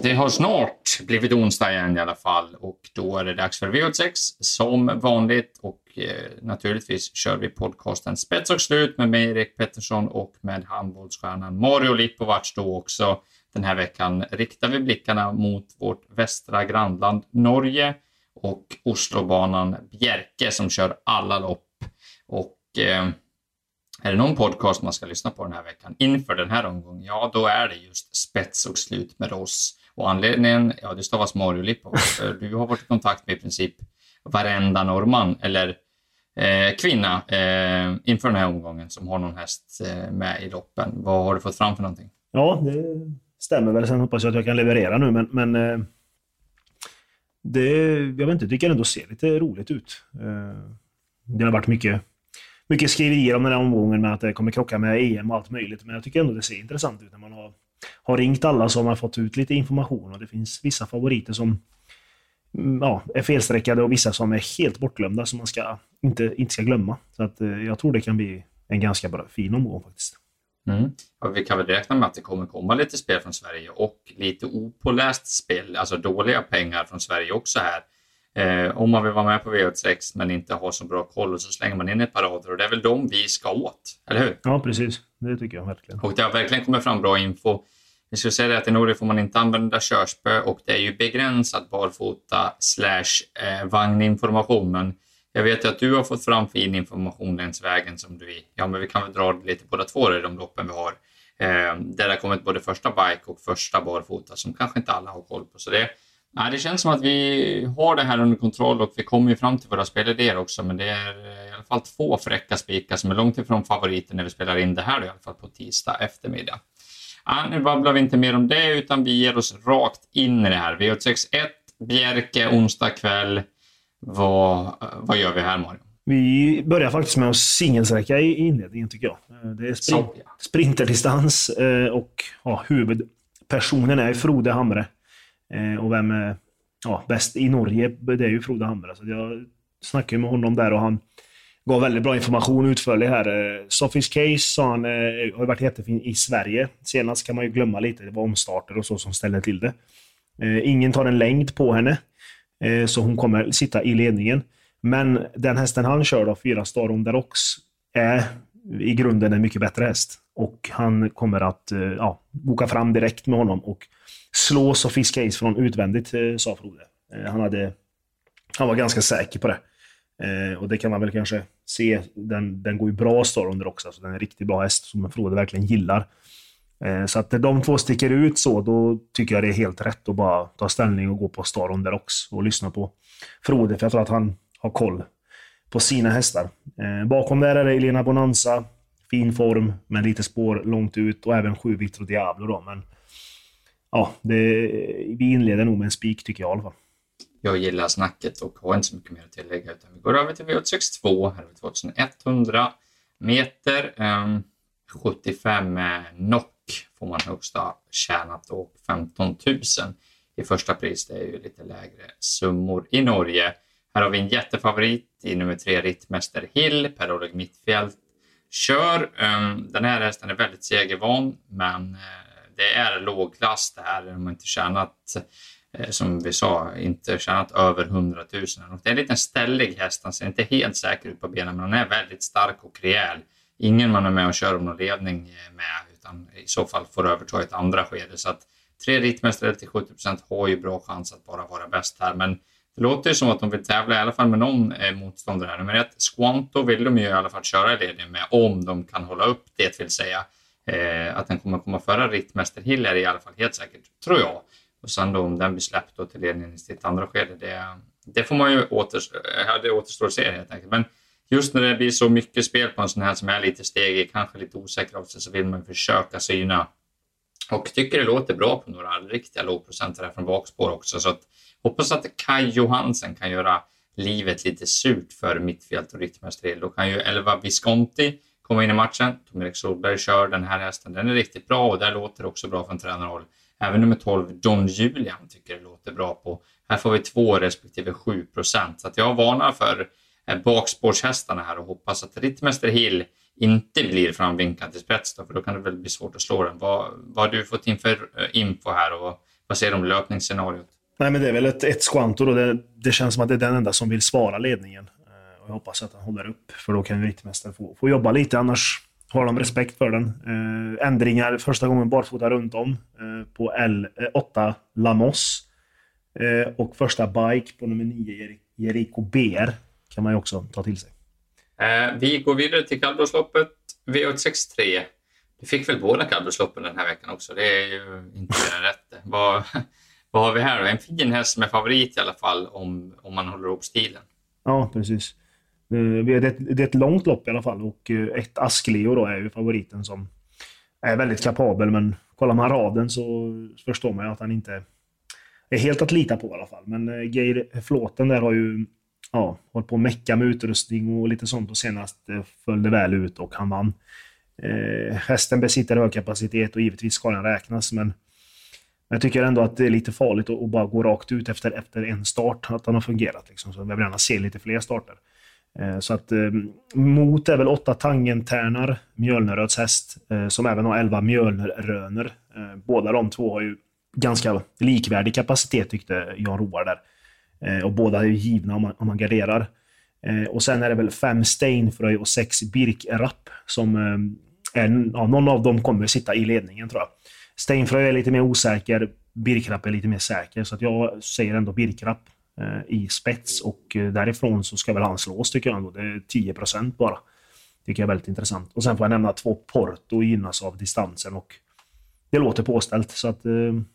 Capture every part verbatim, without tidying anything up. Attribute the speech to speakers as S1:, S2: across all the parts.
S1: det har snart blivit onsdag igen i alla fall och då är det dags för V åt sex som vanligt och eh, naturligtvis kör vi podcasten Spets och slut med mig Erik Pettersson och med handbollsstjärnan Mario Lipovac då också. Den här veckan riktar vi blickarna mot vårt västra grannland Norge och Oslobanan Bjerke som kör alla lopp och eh, är det någon podcast man ska lyssna på den här veckan inför den här omgången, ja då är det just Spets och slut med oss. Och anledningen, ja det stavas Mario Lipovac. Du har varit i kontakt med i princip varenda norrman eller eh, kvinna eh, inför den här omgången som har någon häst eh, med i loppen. Vad har du fått fram för någonting?
S2: Ja, det stämmer väl. Sen hoppas jag att jag kan leverera nu. Men, men eh, det, jag vet inte, det kan ändå se lite roligt ut. Eh, det har varit mycket Mycket skriverier om den här omgången med att det kommer krocka med E M och allt möjligt. Men jag tycker ändå det ser intressant ut när man har, har ringt alla som har fått ut lite information. Och det finns vissa favoriter som ja, är felsträckade och vissa som är helt bortglömda som man ska, inte, inte ska glömma. Så att, eh, jag tror det kan bli en ganska bra, fin omgång faktiskt.
S1: Mm. Och vi kan väl räkna med att det kommer komma lite spel från Sverige och lite opåläst spel, alltså dåliga pengar från Sverige också här. Eh, om man vill vara med på V åt sex men inte har så bra koll och så slänger man in ett par rader och det är väl de vi ska åt, eller hur?
S2: Ja, precis. Det tycker jag verkligen.
S1: Och det har verkligen kommit fram bra info. Jag skulle säga att i Norge får man inte använda körspö och det är ju begränsat barfota slash eh, vagninformation. Men jag vet ju att du har fått fram fin information längs vägen som du är. Ja, men vi kan väl dra lite båda två i de loppen vi har. Eh, där det har kommit både första bike och första barfota som kanske inte alla har koll på. Så det Nej, det känns som att vi har det här under kontroll och vi kommer ju fram till våra spelidéer också. Men det är i alla fall två fräcka spikar som är långt ifrån favoriter när vi spelar in det här i alla fall på tisdag eftermiddag. Ja, nu babblar vi inte mer om det utan vi ger oss rakt in i det här. V åt sex ett, Bjerke, onsdag kväll. Vad, vad gör vi här, Mario?
S2: Vi börjar faktiskt med att singelsträcka i inledningen tycker jag. Det är sprint, Så, ja. sprinterdistans och ja, huvudpersonen är Frode Hamre. Och vem är ja, bäst i Norge, det är ju Frode Hamre. Så jag snackade med honom där och han gav väldigt bra information utförlig här. Sophies Case sa han har varit jättefin i Sverige. Senast kan man ju glömma lite, det var omstarter och så som ställde till det. Ingen tar en längd på henne så hon kommer sitta i ledningen. Men den hästen han kör då, fyra Star on the Rocks, är i grunden en mycket bättre häst. Och han kommer att ja, boka fram direkt med honom och slå Sophies Case från utvändigt, sa Frode. Han, hade, han var ganska säker på det. Och det kan man väl kanske se. Den, den går ju bra Star under också. Alltså den är en riktigt bra häst som Frode verkligen gillar. Så att de två sticker ut så, då tycker jag det är helt rätt att bara ta ställning och gå på Star under också och lyssna på Frode. För jag tror att han har koll på sina hästar. Bakom där är det Elena Bonanza. Fin form, men lite spår långt ut. Och även sju Vitro Diablo då, men ja, det, vi inleder nog med en spik tycker jag i alla fall.
S1: Jag gillar snacket och har inte så mycket mer att tillägga utan vi går över till V åt sex två. Här har vi tjugoett meter. Um, sjuttiofem knock får man högsta tjänat och femton tusen i första pris. Det är ju lite lägre summor i Norge. Här har vi en jättefavorit i nummer tre Rittmäster Hill. Per-Oleg Mittfält kör. Um, den här hästen är väldigt segervan men uh, det är lågklass det här. De har inte tjänat, eh, som vi sa, inte tjänat över hundratusen. Och det är en liten ställig häst. Han ser inte helt säker ut på benen, men han är väldigt stark och rejäl. Ingen man är med och kör om någon ledning med, utan i så fall får överta ett andra skede. Så att tre rittmästare till sjuttio procent har ju bra chans att bara vara bäst här. Men det låter ju som att de vill tävla i alla fall med någon eh, motståndare här. Nummer ett, Squanto vill de ju i alla fall köra i ledning med om de kan hålla upp det, vill säga. Eh, att den kommer komma föra Rittmäster Hill är i alla fall helt säkert, tror jag. Och sen då om den blir släppt då till ledningen i sitt andra skede, det, det får man ju återstå, det återstår att se helt enkelt. Men just när det blir så mycket spel på en sån här som är lite stegig, kanske lite osäker av sig, så vill man försöka syna. Och tycker det låter bra på några riktiga lågprocenter här från bakspår också. Så att, hoppas att Kai Johansen kan göra livet lite surt för Mittfält och Rittmäster Hill. Då kan ju elva Visconti komma in i matchen. Tom Erik Solberg kör den här hästen. Den är riktigt bra och där låter det också bra från tränarhåll. Även nummer tolv, Don Julian, tycker det låter bra på. Här får vi två respektive sju procent. Så att jag varnar för bakspårshästarna här och hoppas att Rittmäster Hill inte blir framvinkad till spets då, för då kan det väl bli svårt att slå den. Vad, vad har du fått in för info här och vad säger du om löpningsscenariot?
S2: Nej, men det är väl ett, ett Squanto då. Det, det känns som att det är den enda som vill svara ledningen. Eh, och jag hoppas att han håller upp, för då kan Ryttmästaren få, få jobba lite, annars har de respekt för den. Eh, ändringar första gången barfota runt om eh, på L åtta Lamos. Eh, och första bike på nummer nio Jericho B R kan man ju också ta till sig.
S1: Eh, vi går vidare till kallblodsloppet V åttiosex tre. Du fick väl båda kallblodsloppen den här veckan också. Det är ju inte rätt. Vad, vad har vi här då? En fin häst som är favorit i alla fall om, om man håller upp stilen.
S2: Ja, precis. Det är, ett, det är ett långt lopp i alla fall, och ett Askleo då är ju favoriten som är väldigt kapabel, men kollar man raden så förstår man ju att han inte är helt att lita på i alla fall. Men Geir Flåten där har ju ja, hållit på att mecka med utrustning och lite sånt, och senast följde väl ut och han vann. Eh, hästen besitter hög kapacitet och givetvis ska den räknas, men jag tycker ändå att det är lite farligt att, att bara gå rakt ut efter, efter en start, att han har fungerat liksom. Så jag vill gärna se lite fler starter. Eh, så att eh, mot är väl åtta Tangentärnar, Mjölneröds häst, eh, som även har elva Mjölnerröner. Eh, båda de två har ju ganska likvärdig kapacitet, tyckte Jan Roar där. Eh, och båda är ju givna om man, om man garderar. Eh, och sen är det väl fem Steinfröj och sex Birkrapp som eh, är, ja, någon av dem kommer sitta i ledningen, tror jag. Steinfröj är lite mer osäker, Birkrapp är lite mer säker, så att jag säger ändå Birkrapp eh, i spets, och eh, därifrån så ska väl han slås, tycker jag ändå. Det är tio procent bara. Tycker jag är väldigt intressant. Och sen får jag nämna två Porto gynnas av distansen, och det låter påställt, så att eh,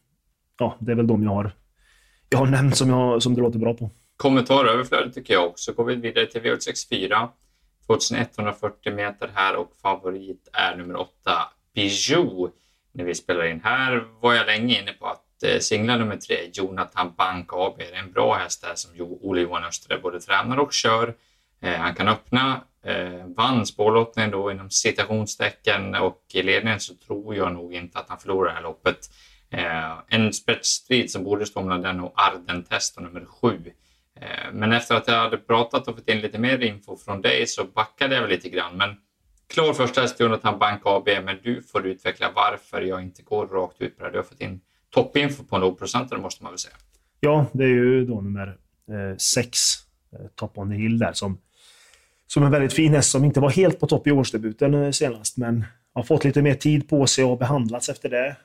S2: ja, det är väl de jag har jag har nämnt som, jag, som det låter bra på.
S1: Kommentar överflödet tycker jag också. Går vi vidare till V åttiosex fyra. tjugoetthundrafyrtio meter här, och favorit är nummer åtta Bijou. När vi spelar in här var jag länge inne på att eh, singla nummer tre, Jonathan Bank A B, är en bra häst där som jo, Olle Johan Öster både tränar och kör. Eh, han kan öppna, eh, vann spårlottningen då inom citationstecken, och i ledningen så tror jag nog inte att han förlorar det här loppet. Eh, en spetsstrid som borde stå mellan den och Arden-test nummer sju. Eh, men efter att jag hade pratat och fått in lite mer info från dig så backade jag väl lite grann. Men klar första häst Jonathan Bank A B, men du får utveckla varför jag inte går rakt ut på det. Du har fått in toppinfo på en låg procent, det måste man väl säga.
S2: Ja, det är ju då nummer eh, sex, eh, Top on the Hill där, som, som en väldigt fin häst som inte var helt på topp i årsdebuten eh, senast, men har fått lite mer tid på sig och behandlats efter det.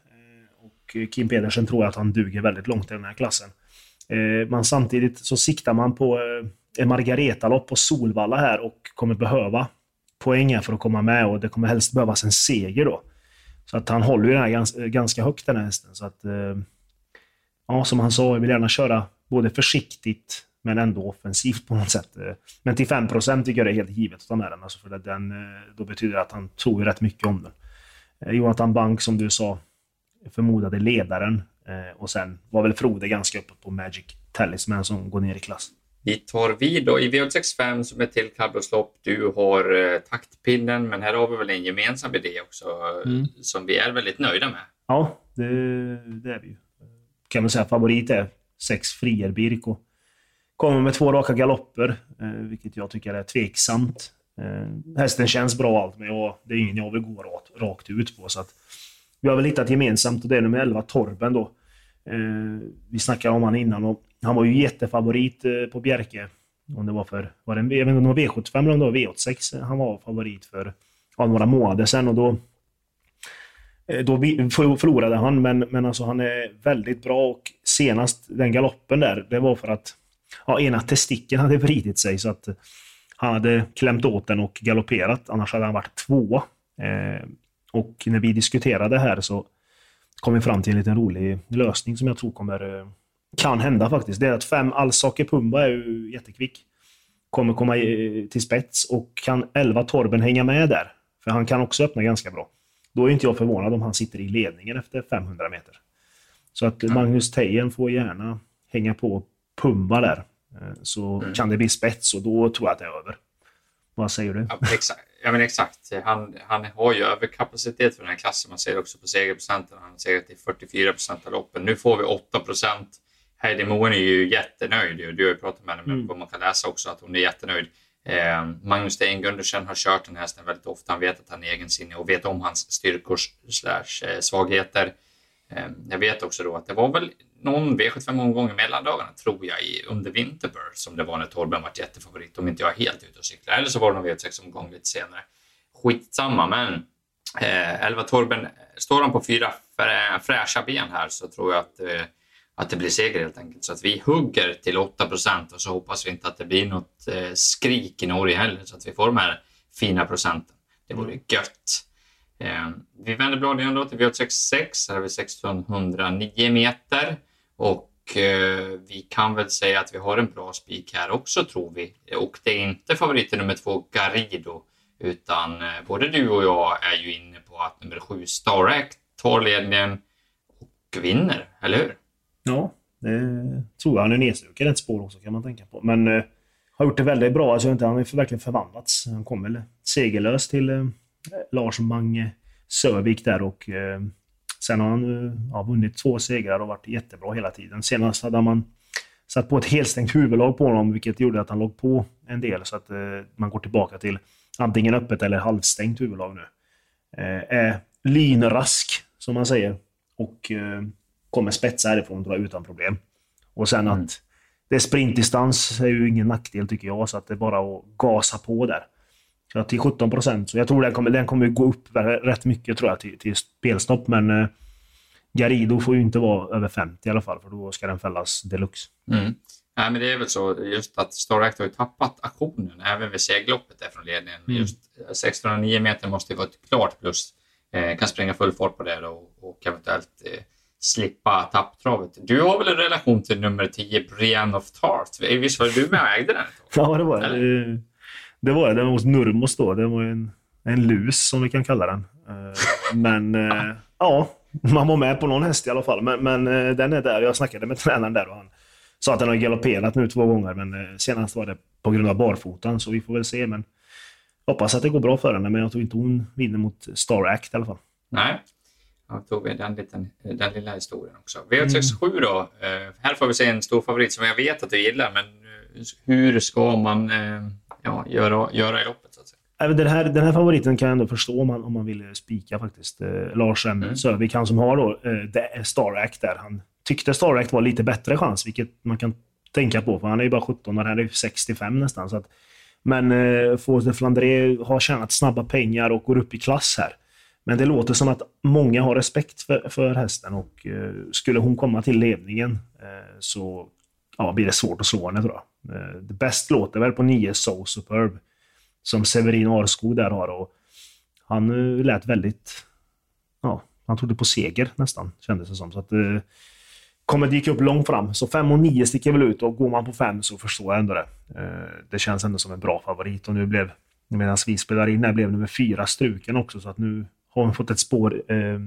S2: Kim Pedersen tror att han duger väldigt långt i den här klassen. Eh, men samtidigt så siktar man på eh, en Margareta-lopp på Solvalla här, och kommer behöva poäng för att komma med, och det kommer helst behövas en seger då. Så att han håller ju den här ganska, ganska högt, den här hästen. Så att, eh, ja, som han sa, jag vill gärna köra både försiktigt men ändå offensivt på något sätt. Men till fem procent tycker jag det är helt givet att ta med den. Alltså för den då betyder det att han tror rätt mycket om den. Jonathan Bank, som du sa, förmodade ledaren, och sen var väl Frode ganska uppåt på Magic Talisman som går ner i klass.
S1: Vi tar vid då i V åttiosex fem som är till kallblodslopp. Du har eh, taktpinnen, men här har vi väl en gemensam idé också mm. som vi är väldigt nöjda med.
S2: Ja, det, det är vi ju. Kan man säga favorit är sex Frier Birko. Kommer med två raka galopper, eh, vilket jag tycker är tveksamt. Eh, hästen känns bra allt, men jag, det är ingen jag vill gå rakt, rakt ut på, så att vi har väl hittat gemensamt, och det är nummer elva Torben då. Eh, vi snackade om han innan, och han var ju jättefavorit eh, på Bjerke. Om det var för var det, jag vet inte om det var V sjuttiofem eller om det var V åttiosex. Han var favorit för ja, några månader sedan, och då eh, då förlorade han, men, men alltså han är väldigt bra, och senast den galoppen där, det var för att ja, ena testikeln hade vridit sig, så att han hade klämt åt den och galopperat, annars hade han varit två. Eh, Och när vi diskuterade här så kom vi fram till en liten rolig lösning som jag tror kommer kan hända faktiskt. Det är att fem Alsake Pumba är ju jättekvick. Kommer komma till spets, och kan elva Torben hänga med där. För han kan också öppna ganska bra. Då är inte jag förvånad om han sitter i ledningen efter femhundra meter. Så att Magnus Tejen får gärna hänga på Pumba där. Så mm. kan det bli spets, och då tror jag att det är över. Vad säger du?
S1: Ja, exakt. Ja, men exakt. Han, han har ju överkapacitet för den här klassen. Man ser också på segerprocenten. Han säger att det är fyrtiofyra procent av loppen. Nu får vi åtta procent. Heidi Moen är ju jättenöjd. Du har ju pratat med henne, men mm. man kan läsa också att hon är jättenöjd. Eh, Magnus Stein Gundersen har kört den här hästen väldigt ofta. Han vet att han är egensinnig och vet om hans styrkor slash svagheter. Eh, jag vet också då att det var väl någon V sjuttiofem-omgång i mellandagarna tror jag i, under Winterburst som det var när Torben var jättefavorit, om inte jag är helt ute och cyklar. Eller så var det någon V åttiosex-omgång lite senare. Skitsamma, men eh, elva Torben, står han på fyra frä, fräscha ben här så tror jag att, eh, att det blir seger helt enkelt. Så att vi hugger till åtta procent och så hoppas vi inte att det blir något eh, skrik i Norge heller så att vi får de här fina procenten. Det vore gött. Eh, vi vänder bladet igen då till V åttiosex. Här har vi sextonhundranio meter. Och eh, vi kan väl säga att vi har en bra spik här också tror vi. Och det är inte favoriten nummer två Garrido. Utan eh, både du och jag är ju inne på att nummer sju Star Act tar ledningen och vinner, eller hur?
S2: Ja, det tror jag. Han är nedstruken ett spår också kan man tänka på. Men eh, har gjort det väldigt bra. Alltså, han har verkligen förvandlats. Han kom väl segerlös till eh, Lars Mange Sövik där och eh, sen har han eh, ja, vunnit två segrar och varit jättebra hela tiden. Senast hade man satt på ett helstängt huvudlag på honom vilket gjorde att han låg på en del så att eh, man går tillbaka till antingen öppet eller halvstängt huvudlag nu. Eh, är lynrask som man säger och eh, kommer spetsa härifrån och dra utan problem. Och sen mm. att det är sprintdistans är ju ingen nackdel tycker jag så att det är bara att gasa på där. Så till sjutton procent. Så jag tror den kommer, den kommer gå upp rätt mycket tror jag till, till spelstopp. Men eh, Garrido får ju inte vara över femtio i alla fall. För då ska den fällas deluxe.
S1: Mm. Nej, men det är väl så just att Star Act har ju tappat aktionen. Även vid segloppet där från ledningen. Mm. Just sextonhundranio meter måste ju vara ett klart plus. Eh, kan springa full fart på det då, och eventuellt eh, slippa tapptravet. Du har väl en relation till nummer tio Brienne of Tarth? Visst var du med och ägde den?
S2: Ja, det var det. Det var det. Den var hos Nurmos då. Det var en, en lus som vi kan kalla den. Men ja, man var med på någon häst i alla fall. Men, men den är där. Jag snackade med tränaren där och han sa att den har galopperat nu två gånger. Men senast var det på grund av barfotan. Så vi får väl se. Men hoppas att det går bra för henne. Men jag tror inte hon vinner mot Star Act i alla fall.
S1: Nej. Ja, tog vi den, liten, den lilla historien också. V åttiosex sju då. Uh, här får vi se en stor favorit som jag vet att du gillar. Men uh, hur ska man uh, ja, göra, göra i loppet så att säga?
S2: Den här, den här favoriten kan jag ändå förstå om man, om man vill spika faktiskt. Uh, Lars M. Mm. Sövik, han som har då uh, Star Act där. Han tyckte Star Act var lite bättre chans. Vilket man kan tänka på. För han är ju bara sjutton och han är sextiofem nästan. Så att, men uh, Force de Flandre har tjänat snabba pengar och går upp i klass här. Men det låter som att många har respekt för, för hästen och eh, skulle hon komma till ledningen eh, så ja, blir det svårt att slå henne tror jag. Eh, det bäst låter väl på nio So Superb som Severin Arskog där har och han eh, lät väldigt ja, han trodde på seger nästan kändes det som så att eh, kommer dyka upp långt fram så fem och nio sticker väl ut och går man på fem så förstår jag ändå det. Eh, det känns ändå som en bra favorit och nu blev medan vi spelar in här blev nummer fyra struken också så att nu har hon fått ett spår eh,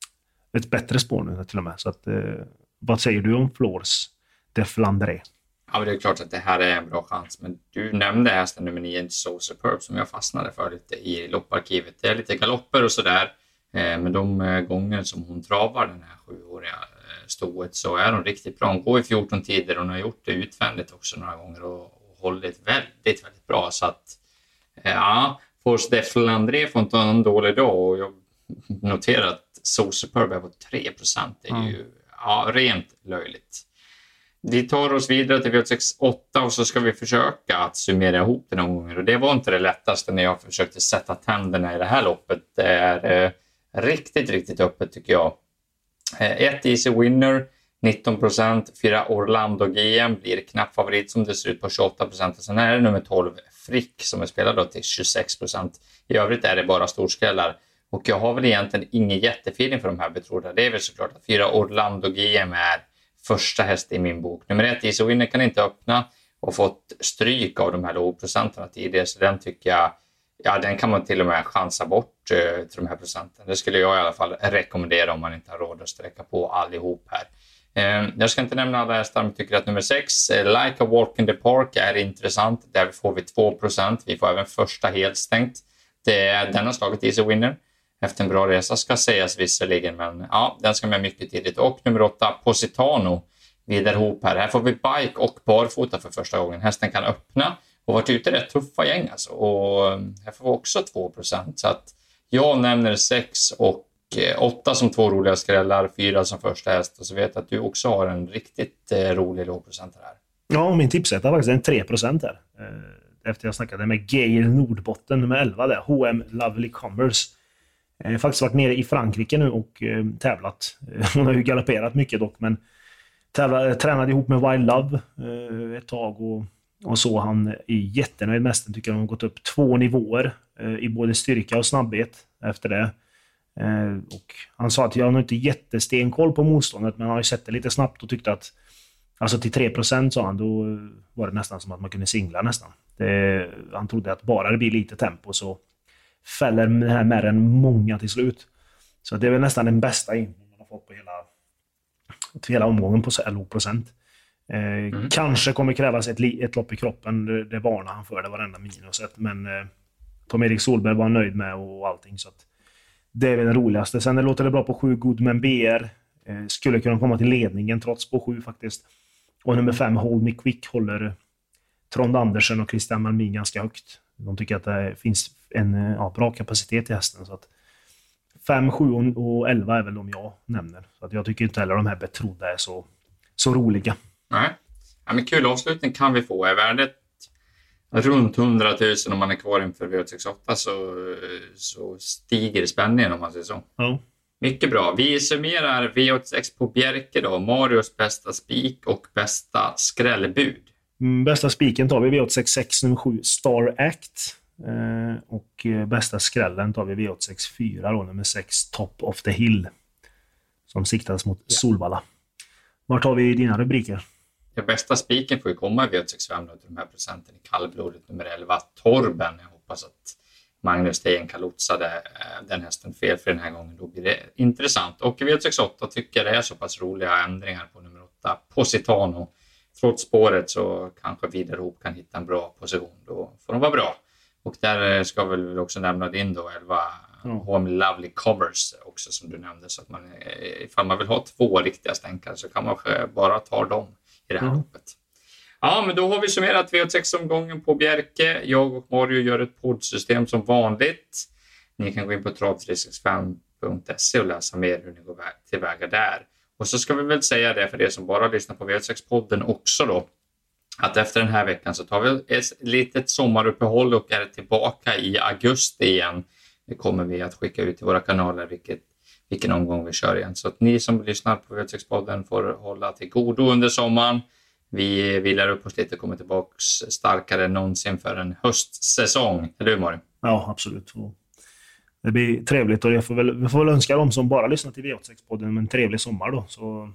S2: ett bättre spår nu till och med så att eh, vad säger du om Force de Flandre?
S1: Ja, men det är klart att det här är en bra chans men du nämnde hästen nummer nio So Superb som jag fastnade för lite i lopparkivet. Det är lite galopper och sådär eh, men de eh, gånger som hon travar den här sjuåriga eh, stoet så är hon riktigt bra. Hon går i fjorton tider och hon har gjort det utvändigt också några gånger och, och hållit väldigt, väldigt bra så att eh, ja Force de Flandre får inte en dålig dag och jag noterar att So Superb är på tre procent. Det är mm. ju ja, rent löjligt. Vi tar oss vidare till V åttiosex åtta och så ska vi försöka att summera ihop det någon gånger. Och det var inte det lättaste när jag försökte sätta tänderna i det här loppet. Det är eh, riktigt, riktigt öppet tycker jag. Eh, ett Easy Winner, nitton procent. Fyra Orlando G M blir knapp favorit som det ser ut på tjugoåtta procent. Och sen är det nummer tolv Frick som är spelad då till tjugosex procent. I övrigt är det bara storskrällar. Och jag har väl egentligen ingen jättefeeling för de här betrodda. Det är väl såklart att fyra Orlando G M är första häst i min bok. Nummer ett Easy Winner kan inte öppna och fått stryk av de här lågprocenterna tidigare. Så den tycker jag, ja den kan man till och med chansa bort uh, till de här procenten. Det skulle jag i alla fall rekommendera om man inte har råd att sträcka på allihop här. Uh, jag ska inte nämna alla hästar men tycker att nummer sex, uh, Like a Walk in the Park är intressant. Där får vi två procent. Vi får även första helt stängt. Det är den har slagit Easy Winner. Efter en bra resa ska sägas visserligen, men ja, den ska med mycket tidigt. Och nummer åtta, Positano, vidare ihop här. Här får vi bike och barfota för första gången. Hästen kan öppna och varit ute rätt tuffa gäng alltså. Och här får vi också två procent. Så att jag nämner sex och eh, åtta som två roliga skrällar, fyra som första häst. Och så vet jag att du också har en riktigt eh, rolig lågprocentare här.
S2: Ja, min tipsetta var faktiskt en tre procent här. Eh, efter jag snackade med Gail Nordbotten, nummer elva där. H M Lovely Commerce. Jag har faktiskt varit nere i Frankrike nu och eh, tävlat. Hon har ju galopperat mycket dock, men tävla, tränade ihop med Wild Love eh, ett tag och, och så han är jättenöjd med hästen. Tycker han har gått upp två nivåer eh, i både styrka och snabbhet efter det. Eh, och han sa att jag har nog inte jättestenkoll på motståndet, men han har ju sett det lite snabbt och tyckte att alltså till tre procent sa han, då var det nästan som att man kunde singla nästan. Det, han trodde att bara det blir lite tempo så fäller den här märren många till slut. Så det är väl nästan den bästa in man har fått på hela, hela omgången på så här låg procent. Eh, mm. Kanske kommer krävas ett, ett lopp i kroppen, det, det varnar han för, det var det enda minuset. Men eh, Tom-Erik Solberg var nöjd med och allting, så att det är väl den roligaste. Sen det låter det bra på sju Goodman B R. Eh, skulle kunna komma till ledningen trots på sju faktiskt. Och nummer fem Hold Me Quick håller Trond Andersen och Christian Malmin ganska högt. De tycker att det finns en ja, bra kapacitet i hästen. Så att fem, sju och elva är väl de jag nämner. Så att jag tycker inte heller de här betrodda är så, så roliga.
S1: Nej, ja, men kul avslutning kan vi få. Är värdet runt hundratusen om man är kvar inför V åtta så, så stiger spänningen om man säger så.
S2: Ja.
S1: Mycket bra. Vi summerar V åttiosex på Bjerke då. Marios bästa spik och bästa skrällbud.
S2: Mm, bästa spiken tar vi V åttiosex sex nummer sju Star Act. Eh, och eh, bästa skrällen tar vi V åttiosex fyra då, nummer sex Top of the Hill. Som siktas mot ja. Solvalla. Var tar vi dina rubriker?
S1: Ja, bästa spiken får ju komma i V åttiosex fem då, till de här procenten i kallblodet nummer elva Torben. Jag hoppas att Magnus Tejen kan lotsa den hästen fel för den här gången. Då blir det intressant. Och i V åttiosex åtta tycker jag det är så pass roliga ändringar på nummer åtta Positano. Trots spåret så kanske Vidarhop kan hitta en bra position. Då får de vara bra. Och där ska vi väl också nämna din då elva mm. H M Lovely Commerce också som du nämnde. Så att man, ifall man vill ha två riktiga stänkare så kan man bara ta dem i det här mm. loppet. Ja, men då har vi summerat V åttiosex-omgången på Bjerke. Jag och Mario gör ett poddsystem som vanligt. Ni kan gå in på trav tre sextiofem punkt se och läsa mer hur ni går tillväga där. Och så ska vi väl säga det för er som bara lyssnar på V åttiosex-podden också då. Att efter den här veckan så tar vi ett litet sommaruppehåll och är tillbaka i augusti igen. Det kommer vi att skicka ut i våra kanaler vilket, vilken omgång vi kör igen. Så att ni som lyssnar på V åttiosex-podden får hålla till godo under sommaren. Vi vilar upp oss lite och kommer tillbaka starkare än någonsin för en höstsäsong. Eller hur, Mario?
S2: Ja, absolut. Det blir trevligt och jag får väl, vi får väl önska dem som bara lyssnar till V åttiosex-podden en trevlig sommar då. Så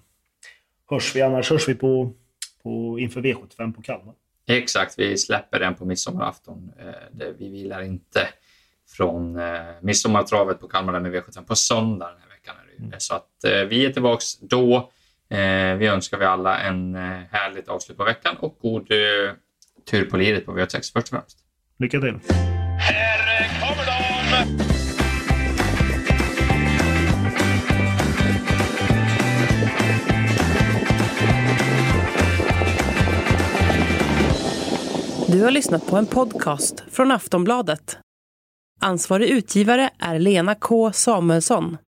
S2: hörs vi, annars hörs vi på, på inför V sjuttiofem på Kalmar.
S1: Exakt, vi släpper den på midsommarafton. Vi vilar inte från midsommartravet på Kalmar med V sjuttiofem på söndag den här veckan. Mm. Så att vi är tillbaka då. Vi önskar vi alla en härligt avslut på veckan och god tur på livet på V åttiosex först och främst.
S2: Lycka till!
S3: Här kommer de!
S4: Du har lyssnat på en podcast från Aftonbladet. Ansvarig utgivare är Lena K. Samuelsson.